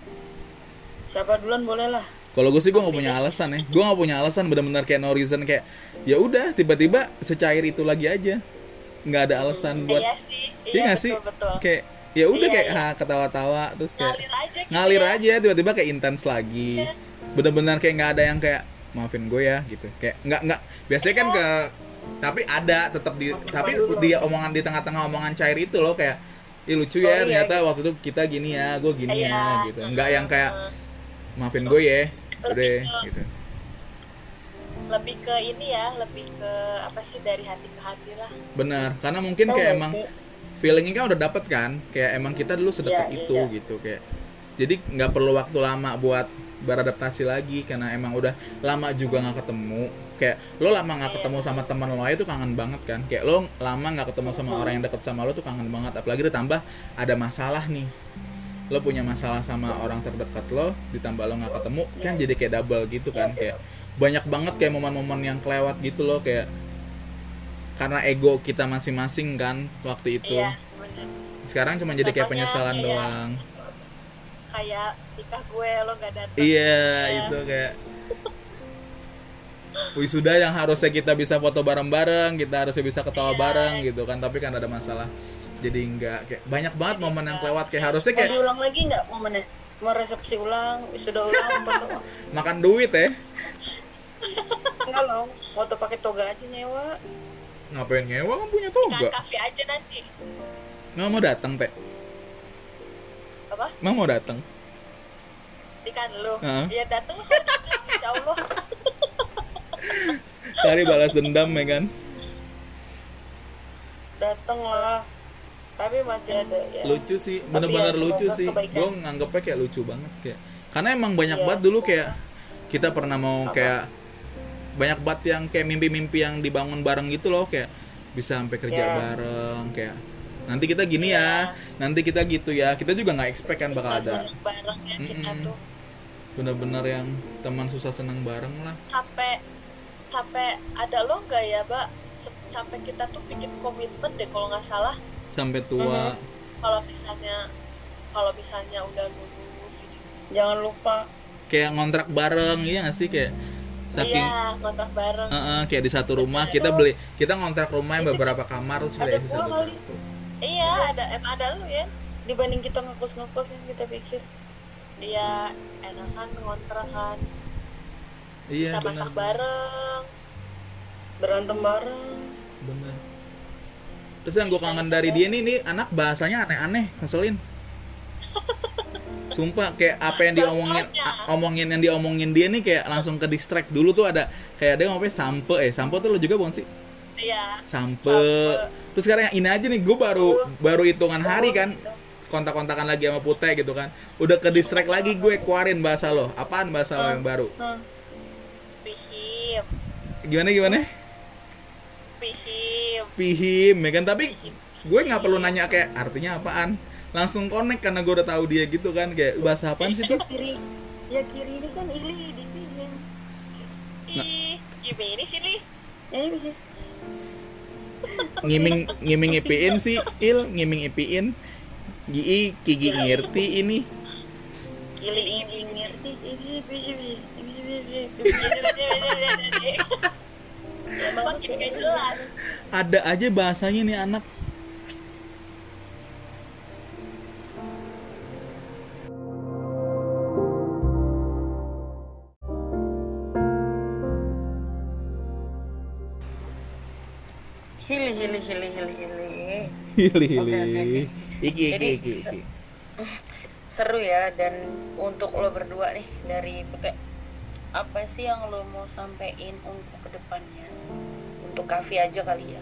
[SPEAKER 3] Siapa duluan boleh lah.
[SPEAKER 2] Kalau gue sih gue nggak punya alasan ya. Gue nggak punya alasan bener-bener kayak no reason kayak ya udah tiba-tiba secair itu lagi aja. Nggak ada alasan buat.
[SPEAKER 1] Iya sih,
[SPEAKER 2] Iya
[SPEAKER 1] iya
[SPEAKER 2] nggak sih?
[SPEAKER 1] betul-betul.
[SPEAKER 2] Kayak ya udah
[SPEAKER 1] Iya,
[SPEAKER 2] kayak
[SPEAKER 1] iya.
[SPEAKER 2] ha, ketawa-tawa terus kayak
[SPEAKER 1] Ngalir aja gitu
[SPEAKER 2] ngalir
[SPEAKER 1] ya.
[SPEAKER 2] aja tiba-tiba kayak intens lagi.
[SPEAKER 1] Iya.
[SPEAKER 2] Bener-bener kayak nggak ada yang kayak maafin gue ya gitu. Kayak nggak nggak biasanya kan
[SPEAKER 1] Iya.
[SPEAKER 2] ke tapi ada tetap di tapi dia omongan di tengah-tengah omongan cair itu loh kayak ih lucu ya
[SPEAKER 3] Oh, iya,
[SPEAKER 2] ternyata
[SPEAKER 3] gitu.
[SPEAKER 2] waktu itu kita gini ya gue gini
[SPEAKER 1] Iya.
[SPEAKER 2] ya gitu nggak yang kayak
[SPEAKER 1] Heeh.
[SPEAKER 2] maafin gue ya udah
[SPEAKER 1] Lebih ke-
[SPEAKER 2] gitu.
[SPEAKER 1] Lebih ke ini ya, lebih ke apa sih, dari hati ke hati lah.
[SPEAKER 2] Benar, karena mungkin
[SPEAKER 3] Tau
[SPEAKER 2] kayak
[SPEAKER 3] gak
[SPEAKER 2] emang
[SPEAKER 3] sih?
[SPEAKER 2] feelingnya kan udah dapet kan, kayak emang kita dulu sedekat
[SPEAKER 3] Iya,
[SPEAKER 2] itu
[SPEAKER 3] iya.
[SPEAKER 2] gitu kayak. Jadi nggak perlu waktu lama buat beradaptasi lagi karena emang udah lama juga nggak ketemu. Kayak lo lama nggak
[SPEAKER 1] Iya.
[SPEAKER 2] ketemu sama teman lo aja tuh kangen banget kan. Kayak lo lama nggak ketemu sama orang yang deket sama lo tuh kangen banget. Apalagi ditambah ada masalah nih. Lo punya masalah sama orang terdekat lo, ditambah lo nggak ketemu, kan jadi kayak double gitu kan. Kayak banyak banget kayak momen-momen yang kelewat gitu loh kayak karena ego kita masing-masing kan waktu itu.
[SPEAKER 1] Iya, bener.
[SPEAKER 2] Sekarang cuma jadi kayak
[SPEAKER 1] Contohnya
[SPEAKER 2] penyesalan
[SPEAKER 1] kayak-
[SPEAKER 2] doang.
[SPEAKER 1] Kayak nikah gue lo nggak datang.
[SPEAKER 2] Iya,
[SPEAKER 1] Ya.
[SPEAKER 2] itu kayak wisuda yang harusnya kita bisa foto bareng-bareng, kita harusnya bisa ketawa
[SPEAKER 1] Iya.
[SPEAKER 2] bareng gitu kan, tapi kan ada masalah. Jadi enggak kayak banyak banget
[SPEAKER 1] Jadi
[SPEAKER 2] momen yang
[SPEAKER 1] enggak.
[SPEAKER 2] kelewat kayak harusnya
[SPEAKER 3] Mau
[SPEAKER 2] kayak
[SPEAKER 3] diulang lagi nggak momennya? Mau resepsi ulang, wisuda ulang, apa tuh?
[SPEAKER 2] makan duit ya.
[SPEAKER 3] Enggak loh, foto pakai toga aja nyewa.
[SPEAKER 2] Ngapain ngewa kan punya
[SPEAKER 1] Kan
[SPEAKER 2] toga.
[SPEAKER 1] kafe aja nanti.
[SPEAKER 2] Nggak mau datang, Teh.
[SPEAKER 1] Apa?
[SPEAKER 2] Nggak mau datang.
[SPEAKER 1] Ikan lu.
[SPEAKER 2] Heeh.
[SPEAKER 1] Ya dateng lah kalau gitu, insya Allah.
[SPEAKER 2] Kali balas dendam ya kan.
[SPEAKER 3] Dateng lah. Tapi masih ada ya.
[SPEAKER 2] Lucu sih,
[SPEAKER 3] Tapi
[SPEAKER 2] bener-bener
[SPEAKER 3] ya,
[SPEAKER 2] lucu
[SPEAKER 3] semoga
[SPEAKER 2] sih.
[SPEAKER 3] kebaikan.
[SPEAKER 2] Gue nganggepnya kayak lucu banget kayak. Karena emang banyak
[SPEAKER 3] Iya,
[SPEAKER 2] banget dulu
[SPEAKER 3] semoga.
[SPEAKER 2] kayak kita pernah mau
[SPEAKER 3] Apa?
[SPEAKER 2] kayak banyak banget yang kayak mimpi-mimpi yang dibangun bareng gitu loh kayak bisa sampai kerja
[SPEAKER 3] Iya.
[SPEAKER 2] bareng kayak nanti kita gini ya, nanti kita gitu ya. Kita juga nggak expect kan bakal ada.
[SPEAKER 1] Bareng-bareng ya kita
[SPEAKER 2] Mm-mm.
[SPEAKER 1] tuh.
[SPEAKER 2] bener-bener yang teman susah senang bareng lah.
[SPEAKER 1] Sampai sampai ada lo nggak ya, Mbak? Se- Sampai kita tuh bikin komitmen deh kalau nggak salah.
[SPEAKER 2] Sampai tua.
[SPEAKER 1] Kalau misalnya kalau misalnya udah lulus gitu.
[SPEAKER 3] Jangan lupa.
[SPEAKER 2] Kayak ngontrak bareng, iya nggak sih, kayak saking
[SPEAKER 1] Iya, ngontrak bareng.
[SPEAKER 2] uh-uh, kayak di satu rumah kita beli, kita ngontrak rumah yang beberapa kamar terus
[SPEAKER 3] Ada
[SPEAKER 2] kita isi
[SPEAKER 3] gua kali.
[SPEAKER 2] satu-satu.
[SPEAKER 1] Iya, ada emang ada lu ya.
[SPEAKER 3] Dibanding kita ngekos-ngekos yang kita pikir.
[SPEAKER 1] Dia enakan ngontrak kan.
[SPEAKER 2] Iya
[SPEAKER 1] Kita
[SPEAKER 2] benar.
[SPEAKER 1] masak bareng.
[SPEAKER 3] Berantem bareng.
[SPEAKER 2] Bener. Terus yang gue kangen dari dia nih, nih anak bahasanya aneh-aneh, ngeselin. Sumpah kayak apa yang diomongin, a- omongin yang diomongin dia nih kayak langsung ke distract. Dulu tuh ada kayak dia ngomongnya sampe, eh sampe tuh lo juga bukan sih?
[SPEAKER 1] Iya.
[SPEAKER 2] Sampe.
[SPEAKER 1] Sampe.
[SPEAKER 2] Terus sekarang yang ini aja nih, gue baru baru hitungan hari kan, kontak-kontakan lagi sama Putih gitu kan. Udah ke distract lagi gue, keluarin bahasa lo. Apaan bahasa lo yang baru?
[SPEAKER 3] Nah,
[SPEAKER 1] Pihim.
[SPEAKER 2] Gimana gimana?
[SPEAKER 1] Pihim.
[SPEAKER 2] Pihim ya kan, tapi gue nggak perlu nanya kayak artinya apaan, langsung connect karena gue udah tahu dia gitu kan, kayak bahasa apaan sih tuh.
[SPEAKER 3] kiri. Ya kiri ini kan ili dipingin.
[SPEAKER 1] Ih, gimana sih li?
[SPEAKER 3] Ya ini bisa.
[SPEAKER 2] ngiming ngiming ipiin sih il ngiming ipiin gi kigi ngerti ini.
[SPEAKER 3] Kili ini ngerti. Ini bisa bisa.
[SPEAKER 1] Makin gak jelas.
[SPEAKER 2] Ada aja bahasanya nih anak.
[SPEAKER 3] Hili hili hili hili hili.
[SPEAKER 2] Hili hili.
[SPEAKER 3] Oke, oke, oke.
[SPEAKER 2] Iki iki
[SPEAKER 3] Jadi,
[SPEAKER 2] iki iki.
[SPEAKER 3] Seru ya, dan untuk lo berdua nih dari Putih, apa sih yang lo mau sampein untuk kedepannya, untuk Kavi aja kali ya,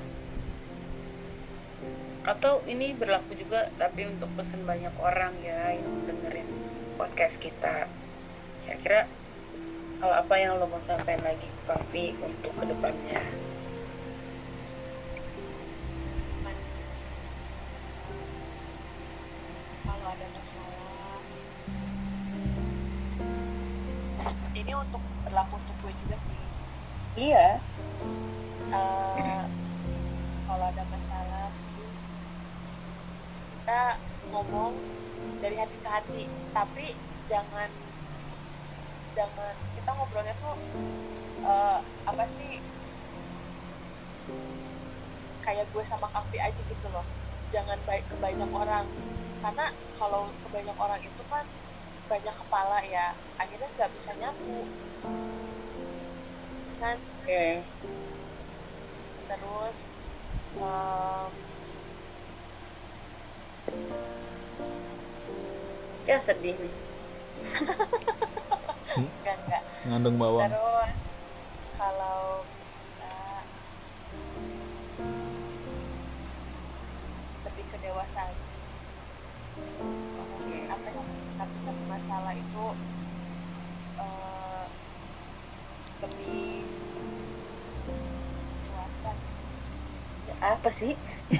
[SPEAKER 3] atau ini berlaku juga tapi untuk pesan banyak orang ya yang dengerin podcast kita. Kira-kira hal apa yang lo mau sampein lagi ke Kavi untuk kedepannya?
[SPEAKER 1] Kalau ada masalah, ini untuk berlaku untuk gue juga sih.
[SPEAKER 3] Iya.
[SPEAKER 1] Eh, kalau ada masalah, kita ngomong dari hati ke hati, tapi jangan jangan kita ngobrolnya tuh eh, apa sih, kayak gue sama Kavi aja gitu loh. Jangan baik ke banyak orang, karena kalau ke banyak orang itu kan banyak kepala ya, akhirnya nggak bisa nyambung kan.
[SPEAKER 3] Oke.
[SPEAKER 1] Terus em,
[SPEAKER 3] Ya sedih nih.
[SPEAKER 1] enggak enggak
[SPEAKER 2] Ngandung bawang.
[SPEAKER 1] terus kalau kita lebih ke dewasa,
[SPEAKER 3] Oke.
[SPEAKER 1] apa yang tapi satu masalah itu eh, lebih dewasa.
[SPEAKER 3] Ya, apa sih?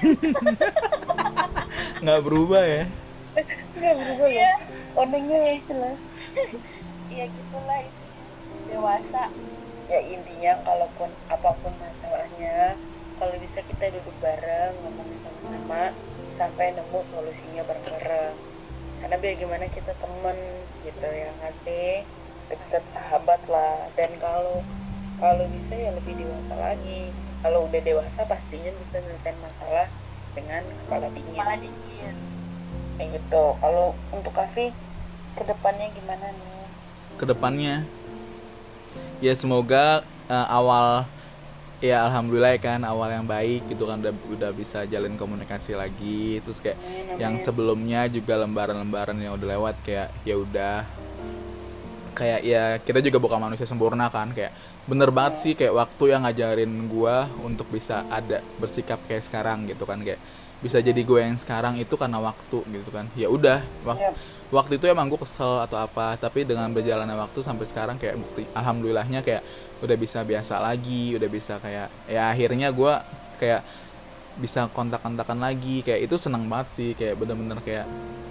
[SPEAKER 2] Nggak berubah ya.
[SPEAKER 3] Nggak berubah
[SPEAKER 1] Iya.
[SPEAKER 3] ya. Onengnya masih lah.
[SPEAKER 1] Iya gitulah, itu dewasa.
[SPEAKER 3] Ya intinya kalaupun apapun masalahnya, kalau bisa kita duduk bareng, ngomongin sama-sama sampai nemu solusinya bareng-bareng. Karena biar gimana kita temen gitu ya, ngasih deket sahabat lah. Dan kalau kalau bisa ya lebih dewasa lagi. Kalau udah dewasa pastinya bisa nyelesain masalah dengan kepala dingin.
[SPEAKER 1] Kepala dingin.
[SPEAKER 3] Kayak gitu. Kalau untuk Kavi kedepannya gimana nih?
[SPEAKER 2] Kedepannya ya semoga uh, awal ya alhamdulillah ya kan, awal yang baik gitu kan, udah udah bisa jalin komunikasi lagi. Terus kayak
[SPEAKER 3] Amin,
[SPEAKER 2] yang
[SPEAKER 3] amin.
[SPEAKER 2] sebelumnya juga lembaran-lembaran yang udah lewat kayak ya udah, kayak ya kita juga bukan manusia sempurna kan, kayak bener banget sih kayak waktu yang ngajarin gua untuk bisa ada bersikap kayak sekarang gitu kan, kayak bisa jadi gue yang sekarang itu karena waktu gitu kan. Ya udah wak-
[SPEAKER 3] Yap.
[SPEAKER 2] waktu itu emang gue kesel atau apa, tapi dengan berjalannya waktu sampai sekarang kayak bukti alhamdulillahnya kayak udah bisa biasa lagi, udah bisa kayak ya akhirnya gue kayak bisa kontak-kontakan lagi, kayak itu seneng banget sih, kayak bener-bener kayak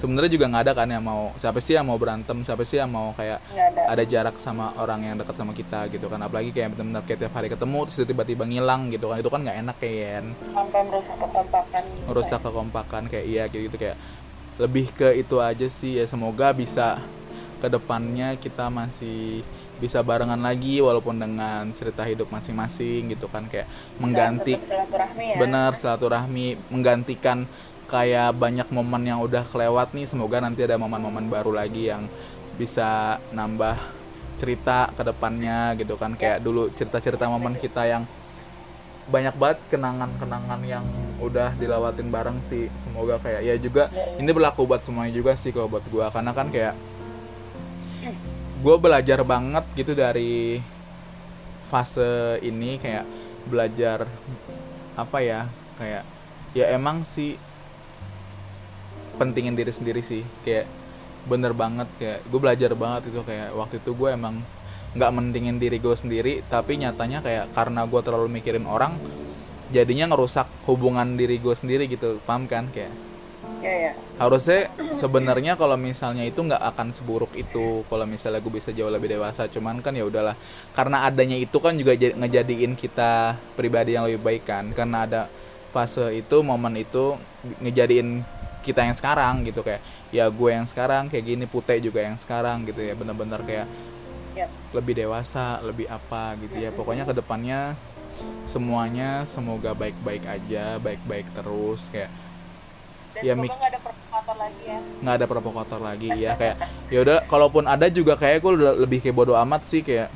[SPEAKER 2] sebenarnya juga nggak ada kan yang mau, siapa sih yang mau berantem, siapa sih yang mau kayak ada. ada jarak sama orang yang dekat sama kita gitu kan, apalagi kayak benar-benar kayak tiap hari ketemu terus tiba-tiba ngilang gitu kan, itu kan nggak enak kayaknya,
[SPEAKER 3] sampai merusak kekompakan gitu,
[SPEAKER 2] merusak
[SPEAKER 3] kayak.
[SPEAKER 2] kekompakan kayak iya kayak gitu, kayak lebih ke itu aja sih ya. Semoga bisa kedepannya kita masih bisa barengan lagi walaupun dengan cerita hidup masing-masing gitu kan, kayak
[SPEAKER 3] Bisa
[SPEAKER 2] mengganti
[SPEAKER 3] tetap silaturahmi ya.
[SPEAKER 2] bener silaturahmi, menggantikan kayak banyak momen yang udah kelewat nih. Semoga nanti ada momen-momen baru lagi yang bisa nambah cerita ke depannya gitu kan, kayak dulu cerita-cerita momen kita yang banyak banget kenangan-kenangan yang udah dilewatin bareng sih. Semoga kayak ya juga
[SPEAKER 3] Ya, ya.
[SPEAKER 2] ini berlaku buat semuanya juga sih kalau buat gue, karena kan kayak gue belajar banget gitu dari fase ini, kayak belajar apa ya, kayak ya emang sih pentingin diri sendiri sih, kayak bener banget, kayak gue belajar banget itu, kayak waktu itu gue emang nggak mentingin diri gue sendiri, tapi nyatanya kayak karena gue terlalu mikirin orang jadinya ngerusak hubungan diri gue sendiri gitu, paham kan? Kayak
[SPEAKER 3] Ya ya.
[SPEAKER 2] harusnya sebenarnya kalau misalnya itu nggak akan seburuk itu kalau misalnya gue bisa jauh lebih dewasa, cuman kan ya udahlah, karena adanya itu kan juga j- ngejadiin kita pribadi yang lebih baik kan, karena ada fase itu, momen itu ngejadiin kita yang sekarang gitu, kayak ya gue yang sekarang kayak gini, Putih juga yang sekarang gitu ya, bener-bener kayak
[SPEAKER 3] Yap.
[SPEAKER 2] lebih dewasa, lebih apa gitu ya. Pokoknya kedepannya semuanya semoga baik-baik aja, baik-baik terus, kayak
[SPEAKER 1] Dan
[SPEAKER 2] ya,
[SPEAKER 1] semoga
[SPEAKER 2] mik-
[SPEAKER 1] nggak ada provokator lagi ya.
[SPEAKER 2] nggak ada provokator lagi ya, kayak ya udah, kalaupun ada juga kayak gue udah lebih kayak bodo amat sih, kayak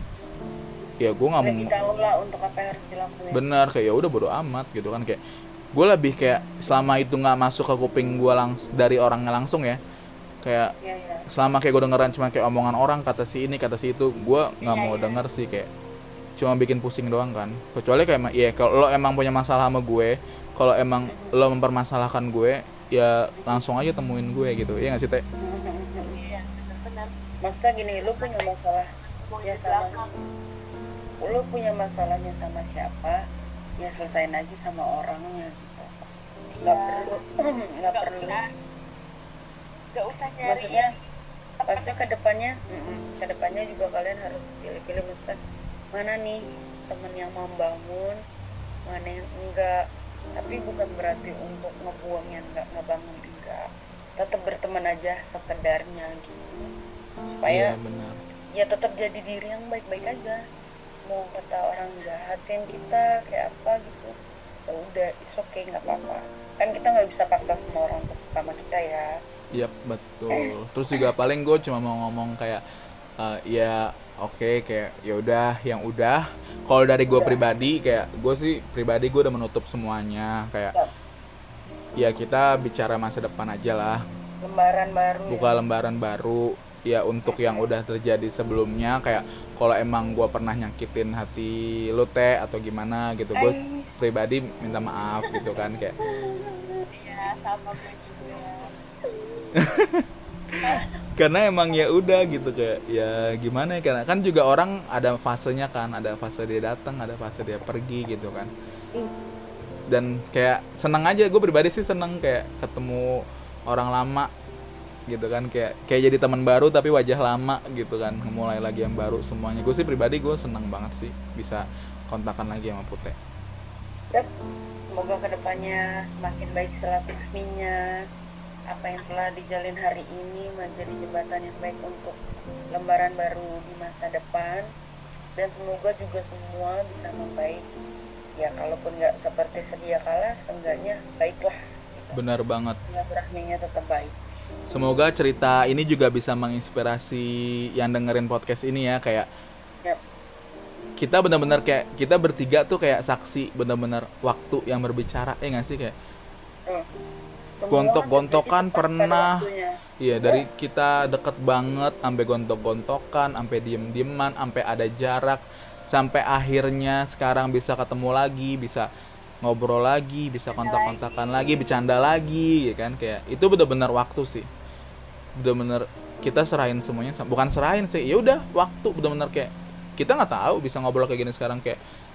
[SPEAKER 2] ya gue nggak mau,
[SPEAKER 3] Lebih tahu lah untuk apa yang harus dilakuin.
[SPEAKER 2] bener kayak ya udah bodo amat gitu kan, kayak gue lebih kayak selama itu nggak masuk ke kuping gue langsung dari orangnya langsung ya, kayak
[SPEAKER 3] Ya ya.
[SPEAKER 2] selama kayak gue dengeran cuma kayak omongan orang, kata si ini kata si itu, gue nggak
[SPEAKER 1] Iya,
[SPEAKER 2] mau
[SPEAKER 1] iya.
[SPEAKER 2] denger sih, kayak cuma bikin pusing doang kan. Kecuali kayak emang- ya kalau lo emang punya masalah sama gue, kalau emang lo mempermasalahkan gue, ya langsung aja temuin gue gitu, iya nggak sih Teh?
[SPEAKER 1] Iya, benar-benar.
[SPEAKER 3] Maksudnya gini, lu punya masalah,
[SPEAKER 1] Ngomong
[SPEAKER 3] Ya,
[SPEAKER 1] di
[SPEAKER 3] sama.
[SPEAKER 1] belakang.
[SPEAKER 3] lu punya masalahnya sama siapa, ya selesain aja sama orangnya gitu. Nggak
[SPEAKER 1] Iya.
[SPEAKER 3] perlu, nggak
[SPEAKER 1] Nggak
[SPEAKER 3] perlu.
[SPEAKER 1] usah, nggak usah nyari.
[SPEAKER 3] Maksudnya, maksudnya kedepannya, kedepannya juga kalian harus pilih-pilih, maksudnya mana nih temen yang membangun, mana yang enggak. Tapi bukan berarti untuk ngebuang yang enggak, ngebangun enggak. Tetap berteman aja sekedarnya gitu. Supaya
[SPEAKER 2] Iya benar.
[SPEAKER 3] ya tetap jadi diri yang baik-baik aja. Mau kata orang jahatin kita kayak apa gitu, ya udah, it's okay, nggak apa-apa. Kan kita nggak bisa paksa semua orang untuk suka sama kita ya.
[SPEAKER 2] Iya betul. Terus juga paling gue cuma mau ngomong kayak eh, ya oke, kayak ya udah yang udah. Kalau dari gue
[SPEAKER 3] Udah.
[SPEAKER 2] pribadi, kayak gue sih pribadi gue udah menutup semuanya, kayak
[SPEAKER 3] Yap.
[SPEAKER 2] ya kita bicara masa depan aja lah,
[SPEAKER 3] Lembaran baru.
[SPEAKER 2] buka lembaran baru ya untuk yang udah terjadi sebelumnya. Kayak kalau emang gue pernah nyakitin hati lu Teh atau gimana gitu, gue
[SPEAKER 3] Ais.
[SPEAKER 2] pribadi minta maaf gitu kan, kayak
[SPEAKER 1] Iya, sama gue juga.
[SPEAKER 2] karena emang ya udah gitu, kayak ya gimana ya, karena kan juga orang ada fasenya kan, ada fase dia datang, ada fase dia pergi gitu kan.
[SPEAKER 3] Is.
[SPEAKER 2] Dan kayak seneng aja, gue pribadi sih seneng kayak ketemu orang lama gitu kan, kayak kayak jadi teman baru tapi wajah lama gitu kan, mulai lagi yang baru semuanya. Gue sih pribadi gue seneng banget sih bisa kontakan lagi sama Putih.
[SPEAKER 3] Yap. Semoga kedepannya semakin baik silaturahminya. Apa yang telah dijalin hari ini menjadi jembatan yang baik untuk lembaran baru di masa depan. Dan semoga juga semua bisa membaik. Ya kalaupun nggak seperti sedia kala, seenggaknya baiklah. Gitu.
[SPEAKER 2] Benar banget.
[SPEAKER 3] Silaturahminya tetap baik.
[SPEAKER 2] Semoga cerita ini juga bisa menginspirasi yang dengerin podcast ini ya, kayak
[SPEAKER 3] Yap.
[SPEAKER 2] kita benar-benar kayak kita bertiga tuh kayak saksi benar-benar waktu yang berbicara, eh nggak sih, kayak
[SPEAKER 3] Hmm. Semua
[SPEAKER 2] gontok-gontokan
[SPEAKER 3] terjadi tepat pada
[SPEAKER 2] pernah.
[SPEAKER 3] waktunya.
[SPEAKER 2] Iya, dari kita deket banget sampai gontok-gontokan, sampai diem-dieman, sampai ada jarak, sampai akhirnya sekarang bisa ketemu lagi, bisa ngobrol lagi, bisa kontak-kontakan lagi, bercanda lagi, ya kan, kayak itu benar-benar waktu sih, benar-benar kita serahin semuanya, bukan serahin sih, ya udah waktu, benar-benar kayak kita nggak tahu bisa ngobrol kayak gini sekarang, kayak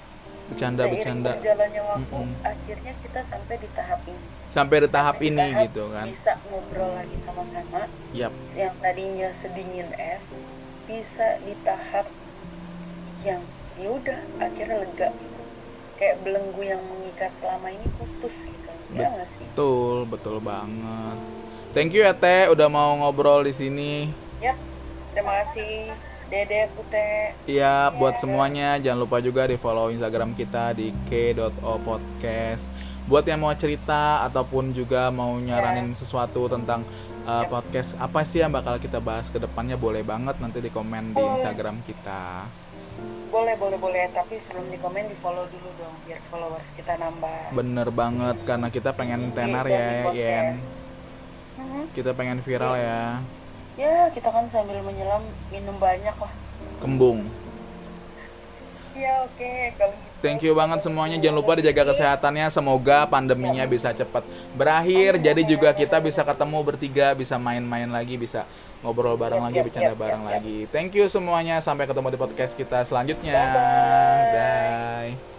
[SPEAKER 2] bercanda
[SPEAKER 3] Seiring
[SPEAKER 2] bercanda
[SPEAKER 3] berjalannya waktu,
[SPEAKER 2] Mm-mm.
[SPEAKER 3] akhirnya kita sampai di tahap ini.
[SPEAKER 2] sampai di tahap
[SPEAKER 3] Sampai di
[SPEAKER 2] ini
[SPEAKER 3] tahap
[SPEAKER 2] gitu kan.
[SPEAKER 3] Bisa ngobrol lagi sama-sama.
[SPEAKER 2] Yap,
[SPEAKER 3] Yang tadinya sedingin es, bisa di tahap yang ya udah akhirnya lega gitu. Kayak belenggu yang mengikat selama ini putus gitu. Ya nggak sih?
[SPEAKER 2] betul, betul banget. Thank you ya Teh udah mau ngobrol di sini.
[SPEAKER 3] Yap. Terima kasih Dede Pute.
[SPEAKER 2] Iya, buat
[SPEAKER 3] Iya.
[SPEAKER 2] semuanya jangan lupa juga di follow Instagram kita di k dot o podcast. Buat yang mau cerita ataupun juga mau nyaranin sesuatu tentang uh,
[SPEAKER 3] Yap.
[SPEAKER 2] podcast apa sih yang bakal kita bahas ke depannya, boleh banget nanti di komen di
[SPEAKER 3] Boleh.
[SPEAKER 2] Instagram kita.
[SPEAKER 3] Boleh, boleh, boleh. Tapi sebelum di komen, di follow dulu dong biar followers kita nambah.
[SPEAKER 2] Bener banget karena kita pengen
[SPEAKER 3] Di I G
[SPEAKER 2] tenar
[SPEAKER 3] dan di
[SPEAKER 2] ya,
[SPEAKER 3] podcast.
[SPEAKER 2] Yen.
[SPEAKER 3] Mhm.
[SPEAKER 2] Kita pengen viral ya.
[SPEAKER 3] Ya, kita kan sambil menyelam minum banyak lah.
[SPEAKER 2] Kembung.
[SPEAKER 3] Ya, oke. Kalau gitu.
[SPEAKER 2] Thank you banget semuanya. Jangan lupa dijaga kesehatannya. Semoga pandeminya bisa cepat berakhir. Jadi juga kita bisa ketemu bertiga, bisa main-main lagi, bisa ngobrol bareng
[SPEAKER 3] Yap,
[SPEAKER 2] lagi,
[SPEAKER 3] yap,
[SPEAKER 2] bercanda
[SPEAKER 3] yap,
[SPEAKER 2] bareng
[SPEAKER 3] yap, yap.
[SPEAKER 2] lagi. Thank you semuanya. Sampai ketemu di podcast kita selanjutnya.
[SPEAKER 3] Bye-bye.
[SPEAKER 2] Bye.